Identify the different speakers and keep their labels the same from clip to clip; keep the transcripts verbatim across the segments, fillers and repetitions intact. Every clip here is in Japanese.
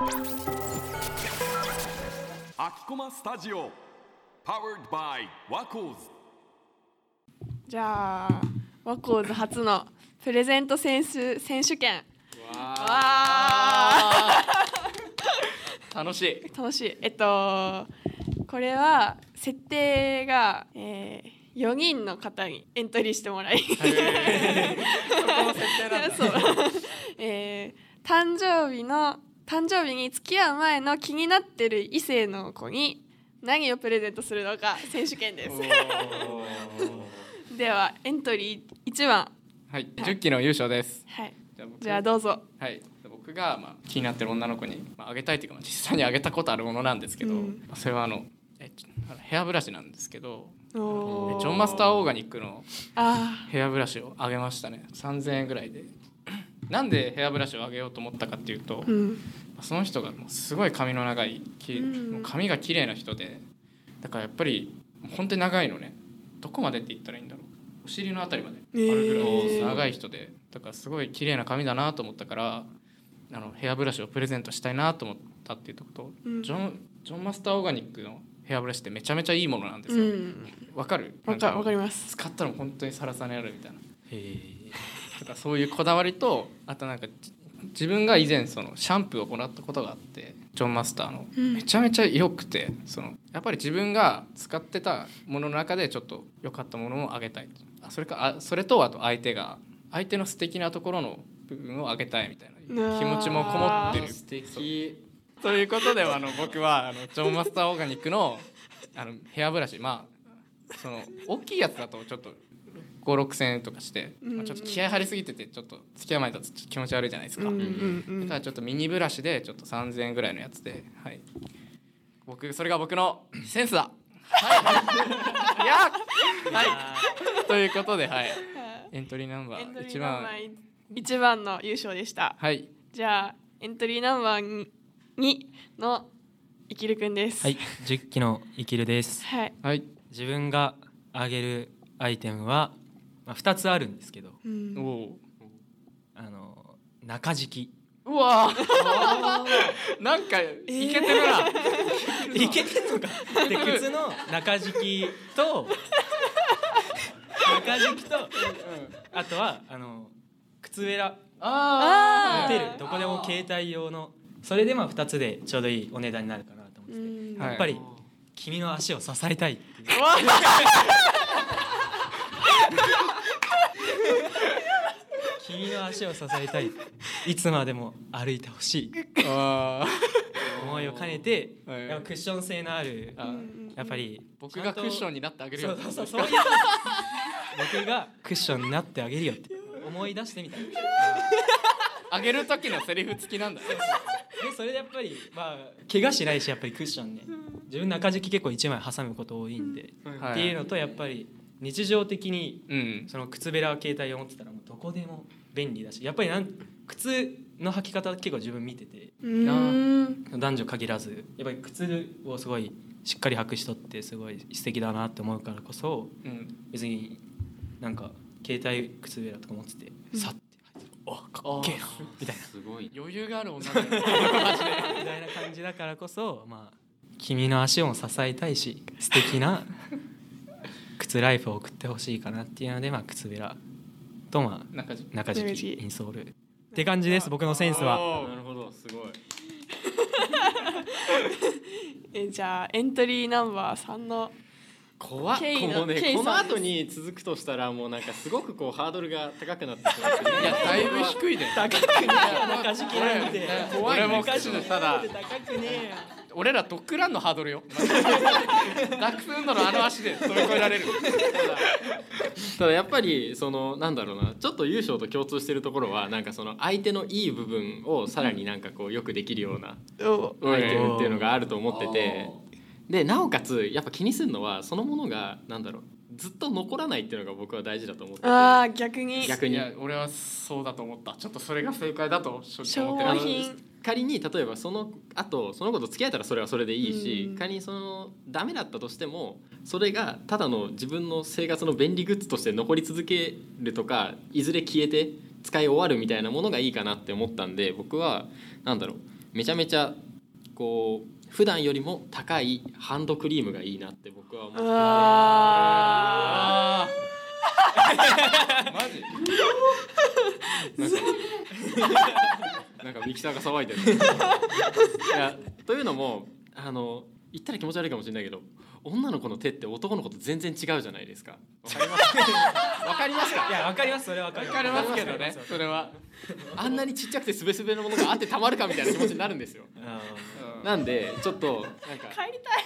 Speaker 1: アキコマスタジオ Powered by ワコーズ。
Speaker 2: じゃあワコーズ初のプレゼント選手選手権。わ
Speaker 3: ー楽しい
Speaker 2: 楽しい。えっとこれは設定が、えー、よにんの方にエントリーしてもらい、
Speaker 3: へそこの設定なんだ。
Speaker 2: そう、えー、誕生日の誕生日に付き合う前の気になってる異性の子に何をプレゼントするのか選手権ですではエントリーいちばん、
Speaker 3: はい、じゅっきの優勝です。
Speaker 2: はい、
Speaker 3: じゃあ僕
Speaker 2: じゃあどうぞ。
Speaker 3: はい、僕が、まあ、気になってる女の子に、まあ、あげたいというか、まあ、実際にあげたことあるものなんですけど、うん、それはあのえあのヘアブラシなんですけど、ジョンマスターオーガニックのヘアブラシをあげましたね。さんぜんえんぐらいで。なんでヘアブラシをあげようと思ったかっていうと、うん、その人がもうすごい髪の長い、うん、もう髪が綺麗な人で、だからやっぱり本当に長いのね。どこまでって言ったらいいんだろう、お尻のあたりまであるぐらい長い人で、だからすごい綺麗な髪だなと思ったから、あのヘアブラシをプレゼントしたいなと思ったっていうところと、うん、ジョン、ジョンマスターオーガニックのヘアブラシってめちゃめちゃいいものなんですよ。わ、うん、かる？
Speaker 2: わか、わかります。
Speaker 3: 使ったら本当にサラサラになるみたいな。へー。だからそういうこだわりと、あとなんか自分が以前そのシャンプーを行ったことがあって、ジョンマスターのめちゃめちゃ良くて、そのやっぱり自分が使ってたものの中でちょっと良かったものをあげたい。あ、それか、あ、それとあと相手が相手の素敵なところの部分をあげたいみたいな気持ちもこもってる。
Speaker 4: 素敵。
Speaker 3: ということで、あの僕はあのジョンマスターオーガニックのあのヘアブラシ、まあその大きいやつだとちょっとご、ろくせんえんとかして、まあ、ちょっと気合入りすぎててちょっと付き合う前だと気持ち悪いじゃないですか、うんうんうん、だからちょっとミニブラシでちょっとさんぜんえんぐらいのやつで、はい、僕それが僕のセンスだはいいやはいということで、はい、エントリーナンバーいちばん
Speaker 2: いちばんの優勝でした。
Speaker 3: はい、
Speaker 2: じゃあエントリーナンバーにのいきるくんです。
Speaker 5: はい、じゅっきのいきるです。
Speaker 2: はい、
Speaker 3: はい、
Speaker 5: 自分があげるアイテムはまあ、ふたつあるんですけど、うん、おあの中敷き。
Speaker 3: うわなんかいけてるな、
Speaker 5: えー、いけてるのかで靴の中敷きと中敷きと、うん、あとはあの靴べら持てるどこでも携帯用の、それでまあふたつでちょうどいいお値段になるかなと思ってて、やっぱり君の足を支えたいっていう君の足を支えたい、いつまでも歩いてほしい思いを兼ねて、やっぱクッション性のある、やっぱり
Speaker 3: 僕がクッションになってあげるよ、
Speaker 5: そうそうそうそう僕がクッションになってあげるよって思い出してみた
Speaker 3: あげる時のセリフ付きなんだね。
Speaker 5: でそれでやっぱりまあ怪我しないし、やっぱりクッションね、自分中敷き結構いちまい挟むこと多いんで、うん、っていうのと、やっぱり日常的に、うん、その靴べら携帯を持ってたらもうどこでも便利だし、やっぱりなん靴の履き方結構自分見てて、男女限らずやっぱり靴をすごいしっかり履く人ってすごい素敵だなって思うからこそ、うん、別になんか携帯靴べらとか持ってて、うん、さって履いて、おかっけえなみたいな、
Speaker 3: すごい余裕がある女だよマジでみ
Speaker 5: たいな感じだからこそ、まあ君の足を支えたいし素敵な靴ライフを送ってほしいかなっていうので、まあ、靴べらと、まあ、中敷き、中敷きインソールって感じです、僕のセンスは。
Speaker 4: なるほど、すごい
Speaker 2: えじゃあエントリーナンバーさんの
Speaker 4: 怖っ、もうね、この後に続くとしたらもうなんかすごくこうハードルが高くなってしまって、
Speaker 3: いやだいぶ低いで
Speaker 5: 高くねえ中敷きなんて
Speaker 3: 怖い、俺も口でただ
Speaker 5: 高くねえ
Speaker 3: 俺らドッグランのハードルよダックスフンドのあの足で飛び越えられる
Speaker 4: ただやっぱりそのなんだろうな、ちょっと優勝と共通してるところはなんかその相手のいい部分をさらになんかこうよくできるようなアイテムっていうのがあると思ってて、でなおかつやっぱ気にするのはそのものがなんだろうずっと残らないっていうのが僕は大事だと思ってて、
Speaker 2: あー逆に
Speaker 4: 逆に
Speaker 3: いや俺はそうだと思った。ちょっとそれが正解だと正直思って
Speaker 2: 商
Speaker 3: る。
Speaker 2: 品
Speaker 4: 仮に例えばその後その子と付き合えたらそれはそれでいいし、仮にそのダメだったとしてもそれがただの自分の生活の便利グッズとして残り続けるとか、いずれ消えて使い終わるみたいなものがいいかなって思ったんで、僕はなんだろうめちゃめちゃこう普段よりも高いハンドクリームがいいなって僕は思ってて、
Speaker 3: あマジ
Speaker 4: なんかミキサーが騒いでるいやというのもあの言ったら気持ち悪いかもしれないけど、女の子の手って男の子と全然違うじゃないですか。わかりますわかりますか。
Speaker 5: いやわかります、それはわかります。
Speaker 3: わかりますけどね、それは
Speaker 4: あんなにちっちゃくてすべすべのものがあってたまるかみたいな気持ちになるんですよ。なんでちょっとなんか
Speaker 2: 帰りた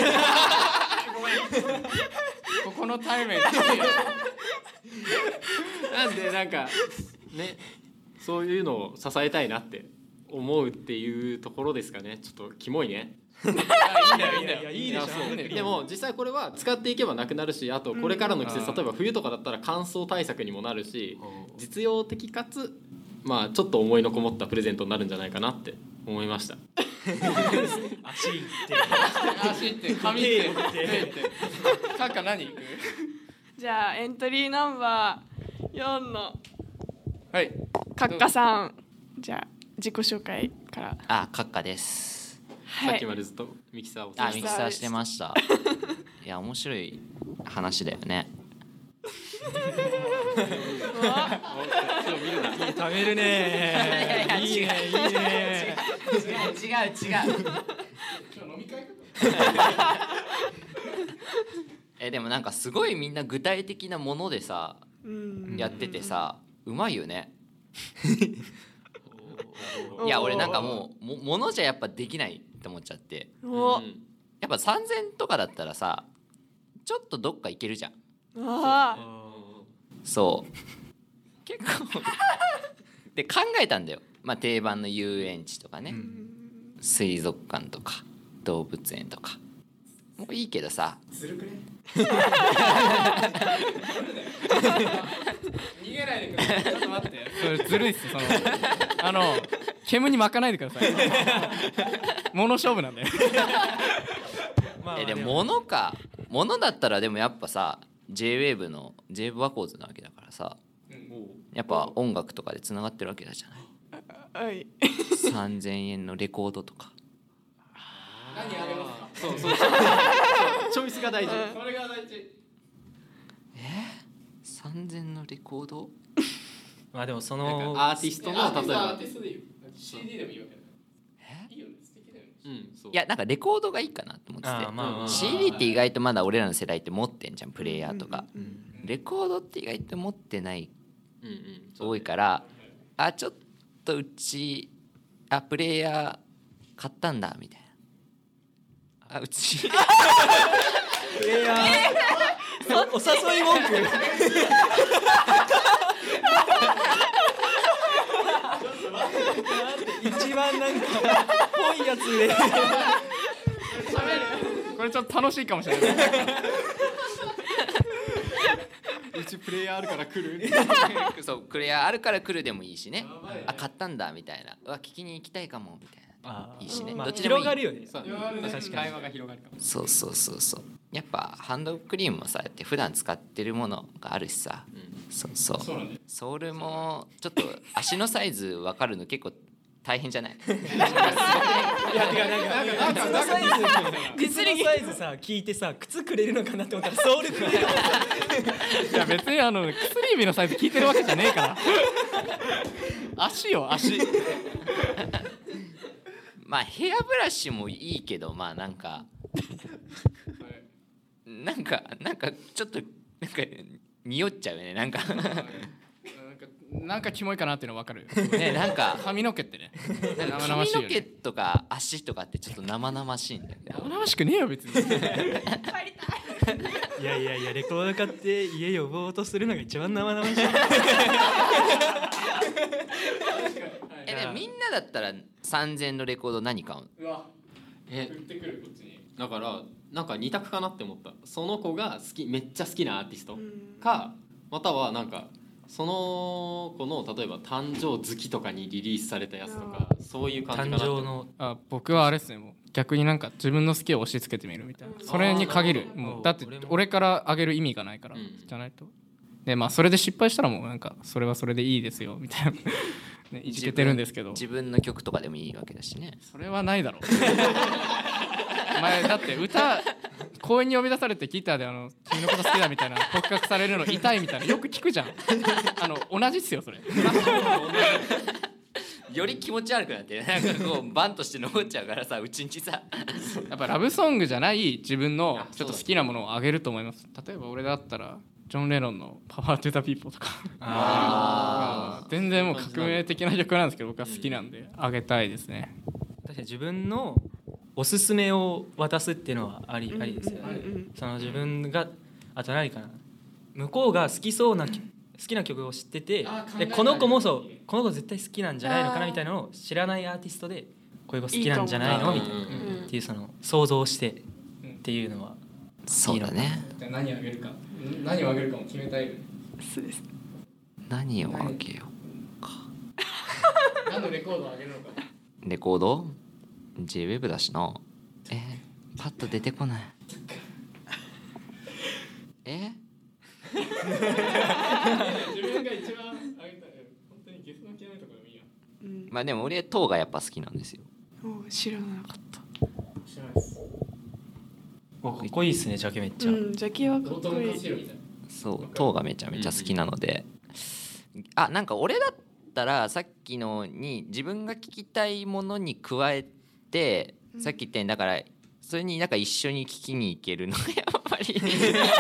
Speaker 2: い
Speaker 3: ここの対面
Speaker 4: なんでなんかね、そういうのを支えたいなって思うっていうところですかね。ちょっとキモいね。
Speaker 3: いいんだよいいんだよ
Speaker 5: いいでしょ。
Speaker 4: でも実際これは使っていけばなくなるし、あとこれからの季節、例えば冬とかだったら乾燥対策にもなるし、実用的かつまあちょっと思いのこもったプレゼントになるんじゃないかなって思いました。
Speaker 5: 足って
Speaker 3: 足って髪って手ってカッカ何いく。
Speaker 2: じゃあエントリーナンバーよんの
Speaker 3: はい
Speaker 2: カッカさん、じゃあ自己紹介から。
Speaker 6: あ、カッカです。
Speaker 2: はい、
Speaker 4: さっきまでずっとミキサーを
Speaker 6: あ、ミキサーしてました。いや、面白い話だよね。
Speaker 5: 食べるね。いいね、いいね。
Speaker 6: 違う違う違う。え、でもなんかすごいみんな具体的なものでさ、やっててさ、うまいよね。いや、俺なんかもうもものじゃやっぱできないって思っちゃって。
Speaker 2: お
Speaker 6: やっぱさんぜんとかだったらさ、ちょっとどっか行けるじゃん。
Speaker 2: あ
Speaker 6: そう結構で考えたんだよ。まあ定番の遊園地とかね、うん、水族館とか動物園とかもういいけどさ、
Speaker 3: ずるくね逃げないでください。ちょっと待って、それずるいっす。そのあの煙に巻かないでください。物勝負なんだよ。
Speaker 6: えでも物か物だったらでもやっぱさ ジェイウェーブ の ジェイウェーブ ワコーズなわけだからさ、うん、やっぱ音楽とかでつながってるわけだじゃない。はい、さんぜんえんのレコードとか。
Speaker 3: 何あげますか。
Speaker 4: そうそうチョイスが大事。
Speaker 3: それが大事。
Speaker 6: えー、さんぜんえんのレコード
Speaker 5: まあでもその
Speaker 4: アーティストの例えば
Speaker 3: シーディー でもいいわけだ。いいよね、素敵だよね。
Speaker 6: うん、そういやなんかレコードがいいかなと思ってて、まあまあ、シーディー って意外とまだ俺らの世代って持ってんじゃん、プレイヤーとか、うんうんうん、レコードって意外と持ってない、うんうん、多いから、あちょっとうちあプレイヤー買ったんだみたいな、あうちプ
Speaker 5: レイヤーお誘い文句一番なんかぽいやつで
Speaker 3: これちょっと楽しいかもしれない。
Speaker 4: うちプレイヤーあるから来る
Speaker 6: そうプレイヤーあるから来るでもいいしね、あ買ったんだみたいな、うわ聞きに行きたいかもみたいな、いいしね、
Speaker 5: まあ、
Speaker 6: どっちでもいい。
Speaker 5: 広がるよね。
Speaker 3: そう確かに会話が広がるかも。
Speaker 6: そうそうそうそう、やっぱハンドクリームもさやって普段使ってるものがあるしさ、うん、そうそう そ, う、ね、それもちょっと足のサイズ分かるの結構大変じゃない？いやてかなんか
Speaker 5: なんかサイズ靴のサイズさ聞いてさ靴くれるのかなって思ったらソールくれる。い
Speaker 3: や別にあの薬指のサイズ聞いてるわけじゃねえから。足よ足。
Speaker 6: まあヘアブラシもいいけど、まあなんかなんかなんかちょっとなんか匂っちゃうよね、なんか
Speaker 3: なんかキモいかなっていうの分かる
Speaker 6: ね、なんか
Speaker 3: 髪の毛ってね、
Speaker 6: なんか髪の毛とか足とかってちょっと生々しいんだよね。
Speaker 3: 生々しくねえよ別に。帰りたい。
Speaker 5: いやいやいや、レコード買って家呼ぼうとするのが一番生々しい。
Speaker 6: えでもみんなだったらさんぜんえんのレコード何買うの？
Speaker 3: うわ
Speaker 4: え
Speaker 3: 振ってくるこっちに。
Speaker 4: だからなんか二択かなって思った。その子が好き、めっちゃ好きなアーティストか、またはなんかその子の例えば誕生月とかにリリースされたやつとか、そういう感じかなって。
Speaker 5: 誕生の
Speaker 3: あ僕はあれですね、もう逆になんか自分の好きを押し付けてみるみたいな、それに限る。もうだって俺からあげる意味がないから、うん、じゃないと。でまあそれで失敗したらもうなんかそれはそれでいいですよみたいなね、いじけてるんですけど
Speaker 6: 自分の曲とかでもいいわけだしね。
Speaker 3: それはないだろうお前だって歌公園に呼び出されてギターであの君のこと好きだみたいな告白されるの痛いみたいなよく聞くじゃんあの同じっすよそれ
Speaker 6: より気持ち悪くなってなんかこうバンとして残っちゃうからさうちんちさ
Speaker 3: やっぱラブソングじゃない自分のちょっと好きなものをあげると思います。例えば俺だったらジョン・レノンの「パワー・トゥ・ザ・ピーポー」とかあ全然もう革命的な曲なんですけど僕は好きなんであげたいですね。
Speaker 5: 確かに自分のおすすめを渡すっていうのはあり、ありですよね。その自分があと何かな向こうが好きそうな好きな曲を知っててでこの子もそうこの子絶対好きなんじゃないのかなみたいなのを知らないアーティストでこういう子好きなんじゃないのみたいなっていうその想像してっていうのは
Speaker 6: そうだね。
Speaker 3: 何をあげるか何をあげるかも決めたいよね。
Speaker 2: そうです。
Speaker 6: 何をあげようか
Speaker 3: 何のレコードをあげるのか。
Speaker 6: レコード ジェイウェブ だしな。えー、パッと出てこないえ
Speaker 3: 自分が一番あげたい本当にゲスの気ないところでもいいや、
Speaker 6: うん、まあでも俺トーがやっぱ好きなんですよ。
Speaker 2: お知らなかった
Speaker 3: 知らないです
Speaker 5: かっこいいですねジャケめっちゃ、
Speaker 2: うん、ジャケはかっこいい。
Speaker 6: そうトーがめちゃめちゃ好きなので、うん、あなんか俺だったらさっきのに自分が聞きたいものに加えて、うん、さっき言ったようにだからそれになんか一緒に聞きに行けるのがやっぱりそれ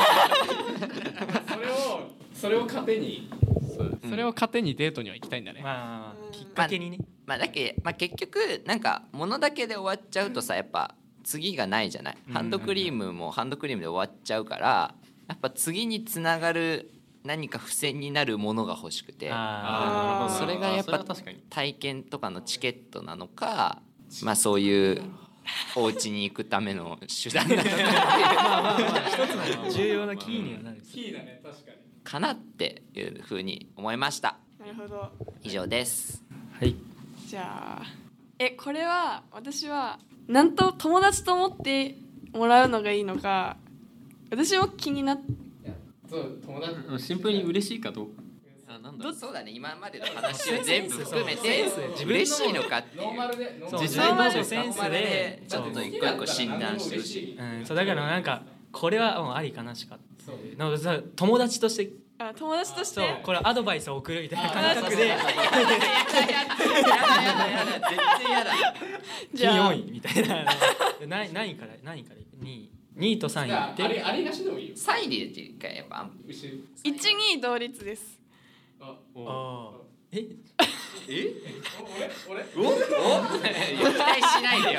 Speaker 3: をそれを糧にそれを糧にデートには行きたいんだね。
Speaker 5: まあきっかけにね。
Speaker 6: まあ、まあだけまあ結局なんか物だけで終わっちゃうとさやっぱ次がないじゃない。ハンドクリームもハンドクリームで終わっちゃうからやっぱ次につながる何か付箋になるものが欲しくて
Speaker 5: あ
Speaker 6: それがやっぱ体験とかのチケットなのかまあそういうお家に行くための手段なのかまあ
Speaker 5: まあまあ一つの重要なキーにはなる
Speaker 3: キーだね確かに
Speaker 6: かなっていうふうに思いました。
Speaker 2: なるほど。
Speaker 6: 以上です。
Speaker 5: はい
Speaker 2: じゃあえこれは私はなんと友達と思ってもらうのがいいのか私も気になっ
Speaker 3: そう友達
Speaker 4: シンプルに嬉しいかどうか
Speaker 6: あなんだそうだね今までの話を全部含めて嬉しいのかっていう
Speaker 3: ノーマルで
Speaker 5: 実際どうぞセンスで
Speaker 6: ちょっと一個一個診断してほしい。
Speaker 5: うん、そうだからなんかこれはもうありかなしかってなんか友達として
Speaker 2: あ友達として
Speaker 5: そうこれアドバイスを送るみたいな感覚で
Speaker 6: やだやだやだやだやだ全然やだ
Speaker 5: 金よんいみたいな何何から何からににいとさんいって
Speaker 3: あれあれなしでもいいよ。
Speaker 6: さんいで言っていいかやっぱ
Speaker 2: いちに同率です。
Speaker 3: あ
Speaker 5: あえ
Speaker 6: え
Speaker 3: 俺
Speaker 6: 俺おお期待しないでよ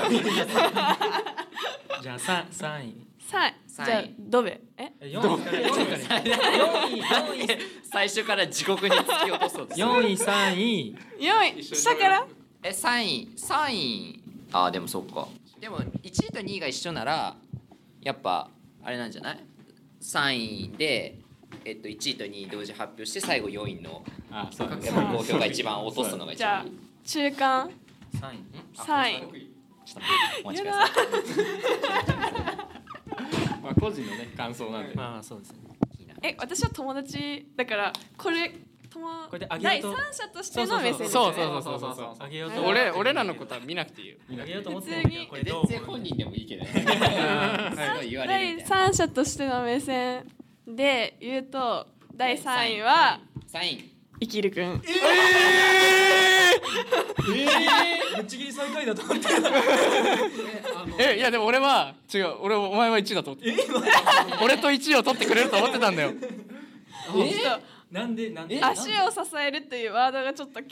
Speaker 5: じゃあささんい
Speaker 2: さんいじゃあドベえ
Speaker 5: よんいからよんいからよんいよんい
Speaker 6: 最初から地獄に突き落とそうと
Speaker 5: よんいさんい
Speaker 2: よんい下から
Speaker 6: えさんいさんいあでもそっかでもいちいとにいが一緒ならやっぱあれなんじゃないさんいで、えっと、いちいとにい同時発表して最後よんいの
Speaker 4: あそう
Speaker 6: やっぱり好評が一番落とすのが一
Speaker 2: じゃあ
Speaker 6: 番いい。
Speaker 2: 中間
Speaker 5: さんい
Speaker 2: さんい
Speaker 6: ちょっとお待ちください。
Speaker 4: まあ個人のね感想なんで
Speaker 5: まあそうですね
Speaker 2: え私は友達だからこれ友
Speaker 5: これであげ
Speaker 2: 第
Speaker 5: ようと
Speaker 2: 三者としての目線です
Speaker 3: そう
Speaker 2: よね。
Speaker 3: そうそうそうそう
Speaker 5: あげようと
Speaker 3: 俺俺らのことは見なくていいよ。
Speaker 5: あげようと思ってたんだけどこれどう
Speaker 6: 全然本人でもいいけどね。すごい言われるみた
Speaker 2: 第
Speaker 6: いな。
Speaker 2: 三者としての目線で言うと第三位は
Speaker 6: さんい
Speaker 2: 生きるくん。
Speaker 5: ぶっちぎり最下位だと思って
Speaker 3: えいやでも俺は違う俺お前はいちいだと思って俺といちいを取ってくれると思ってたんだよ。
Speaker 2: ちょっと
Speaker 5: なんでなんで
Speaker 2: 足を支えるっていうワードがちょっと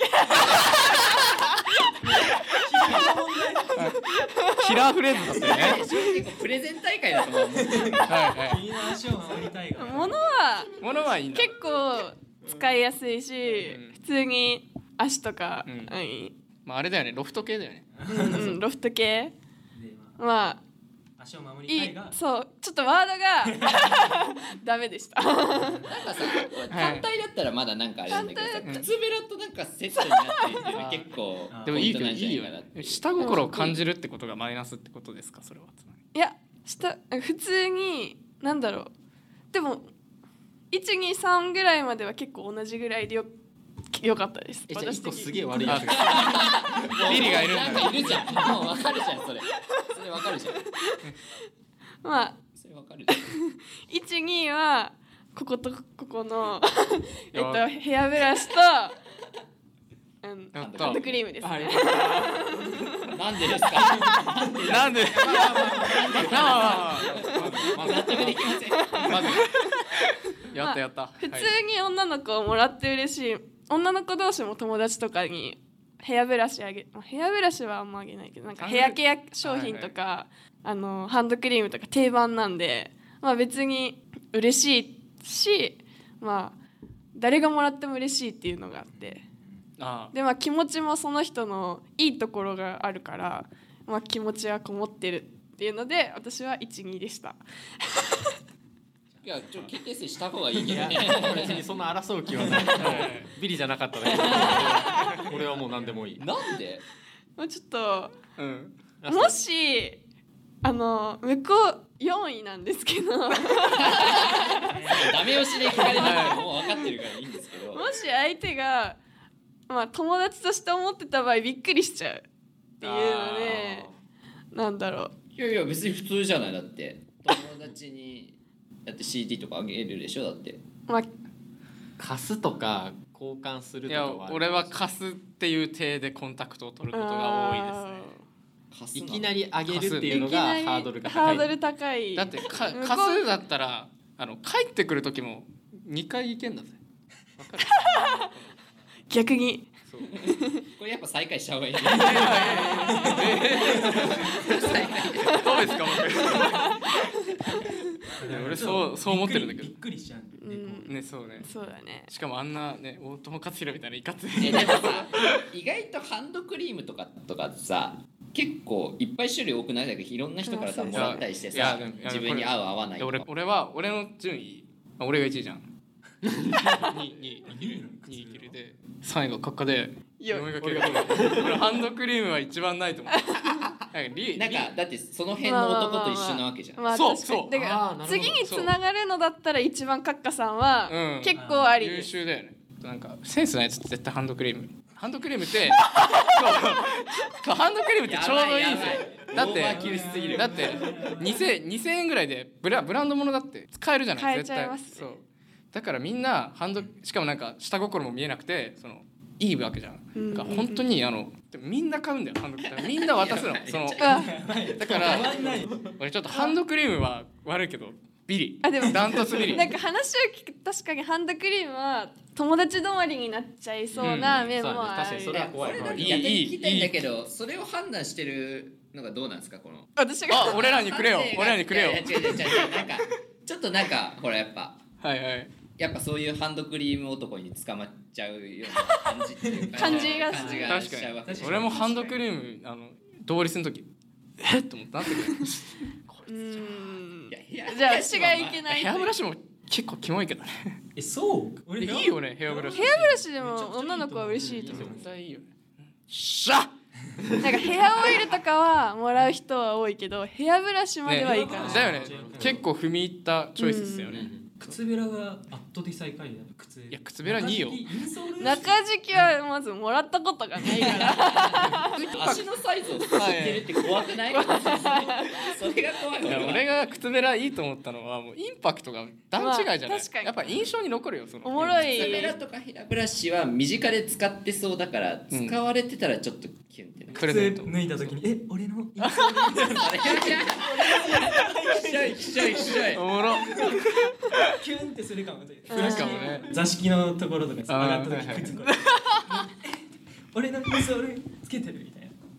Speaker 3: キラーフレーズだったよね。
Speaker 6: 結構プレゼン大会だと思う。
Speaker 3: はいはい。
Speaker 5: 君の足を守りたいが
Speaker 2: 物は
Speaker 3: ものはいいんだ。
Speaker 2: 結構使いやすいし、
Speaker 3: うん
Speaker 2: 普通に足とか、
Speaker 3: うん
Speaker 2: うん
Speaker 3: まああれだよねロフト系だよね。
Speaker 2: うんうん、ロフト系まあ
Speaker 5: 足を守り
Speaker 2: いい
Speaker 5: たいが
Speaker 2: そうちょっとワードがダメでした。
Speaker 6: なんかさ単体だったらまだなんかあれなんだけどさ
Speaker 2: 単体
Speaker 6: 靴べらとなんかセットになっているっていうのは結構
Speaker 3: でもいいけど
Speaker 6: ポイントなんじゃ
Speaker 3: いいよ
Speaker 6: ないかなっていう
Speaker 3: 下心を感じるってことがマイナスってことですかそれは。
Speaker 2: いやした普通になんだろうでもいちにさんぐらいまでは結構同じぐらいでよけ良かったです。
Speaker 4: えじゃあ一個すげえ悪いやつが
Speaker 3: ビリがいるんだ。
Speaker 6: なんかいるじゃん。もうわかるじゃんそれ。それわかるじゃん。
Speaker 2: まあ
Speaker 6: それわかるじゃん。
Speaker 2: いち、にはこことここのえっとヘアブラシと、うん、ハンドクリームですね。
Speaker 6: なんでですか。
Speaker 3: なんで。
Speaker 6: 納得できません。
Speaker 3: まずやったやった。
Speaker 2: 普通に女の子をもらって嬉しい。女の子同士も友達とかにヘアブラシあげ、ヘアブラシはあんまあげないけど、なんかヘアケア商品とか、あのハンドクリームとか定番なんで、まあ別に嬉しいし、まあ誰がもらっても嬉しいっていうのがあって、ああでまあ気持ちもその人のいいところがあるから、まあ気持ちはこもってるっていうので、私はいち、にでした。
Speaker 6: いや、ちょっと決定戦した方がいいけどね。
Speaker 4: 別にそんな争う気はない。ビリじゃなかっただけで俺はもう何でもいい。
Speaker 6: なんで？
Speaker 2: まあちょっと、うん、もしあの向こうよんいなんですけどダ
Speaker 6: メ押しで聞かれなくてもう分かってるからいいんですけど、
Speaker 2: もし相手が、まあ、友達として思ってた場合びっくりしちゃうっていうので、なんだろう。
Speaker 6: いやいや別に普通じゃない。だって友達にだって シーディー とかあげるでしょ。だって、まあ、
Speaker 4: 貸すとか交換するとかは。いや
Speaker 3: 俺は貸すっていう体でコンタクトを取ることが多いですね。
Speaker 4: いきなりあげるっていうのがハードルが高い。
Speaker 2: ハードル高い。
Speaker 3: だってか貸すだったらあの帰ってくる時もにかい行けんだぜ。わかる？
Speaker 2: 逆に
Speaker 6: これやっぱ再開した方がいい。
Speaker 3: どうですか僕。俺そうそう思ってるんだけど。
Speaker 5: びっくりしちゃう。
Speaker 3: ねそうね。
Speaker 2: そうだね。
Speaker 3: しかもあんなね大友克洋みたいないかつい。
Speaker 6: 意外とハンドクリームとかとかさ。結構いっぱい種類多くないだけどいろんな人からさもらったりしてさ自分に合う合わないとか。
Speaker 3: 俺俺は俺の順位俺がいちいじゃん。ににいけるにいけるでさんいがカッカでよんいがケガ俺ハンドクリームは一番ないと思う。
Speaker 6: なんかだってその辺の男と一緒なわけじゃん。
Speaker 2: まあまあまあまあ、そうそうだから次につながるのだったら一番カッカさんは結構ありです。
Speaker 3: 優秀だよね。なんかセンスないやつって絶対ハンドクリームハンドクリームってそうハンドクリームってちょうどいいんですよ。だってだってにせんえんぐらいでブラブランド物だって使えるじゃない。
Speaker 2: 買えちゃいます、ね、
Speaker 3: そうだからみんなハンドしかもなんか下心も見えなくてそのいいわけじゃん。うん、だから本当にあのみんな買うんだよハンドクリームみんな渡すのそのだから俺ちょっとハンドクリームは悪いけどビリあでもダントツビリ。
Speaker 2: なんか話を聞く確かにハンドクリームは友達止まりになっちゃいそうな面もある。
Speaker 6: 確かにそれは怖い。逆に聞きたいんだけどそれを判断してるのがどうなんですかこの。
Speaker 2: 私が
Speaker 3: あ俺らにくれよ俺らにくれよ。
Speaker 6: 違う違う違うなんかちょっとなんかほらやっぱ
Speaker 3: はいはい
Speaker 6: やっぱそういうハンドクリーム男に捕まっちゃうような感じっていうか
Speaker 2: 感じが
Speaker 6: 感じがしちゃうわけ。
Speaker 3: 俺もハンドクリームあの同率の時えっと思ったなってくる。
Speaker 2: うんじゃあ私がいけない。
Speaker 3: ヘアブラシも結構キモいけどね。
Speaker 5: えそう
Speaker 3: 俺いいよねヘアブラシ。
Speaker 2: ヘアブラシでも女の子は嬉しいと思う。
Speaker 3: 絶対いいよね。しゃ
Speaker 2: なんかヘアオイルとかはもらう人は多いけどヘアブラシまではいいかな、
Speaker 3: ね、だよね。結構踏み入ったチョイスですよね。
Speaker 5: 靴べらが圧倒的最下位だ。靴
Speaker 3: いや靴べらにいいよ。
Speaker 2: 中敷きはまずもらったことがないから
Speaker 6: 足のサイズを知ってるって怖くない？それが怖い。
Speaker 3: いや俺が靴べらいいと思ったのはもうインパクトが段違いじゃない、まあ、確かにやっぱ印象に残るよ。その
Speaker 2: おもろい
Speaker 6: 靴べらとかヘアブラシは身近で使ってそうだから、うん、使われてたらちょっとキュンって
Speaker 5: プレゼント脱いだ時にえ俺のインソール
Speaker 6: きしょいきしょいきしょい
Speaker 3: おもろ
Speaker 5: キュンってするかもし
Speaker 3: れない。かもね。
Speaker 5: 座敷のところとか上がった時靴これ俺のインソールつけてるみたいな。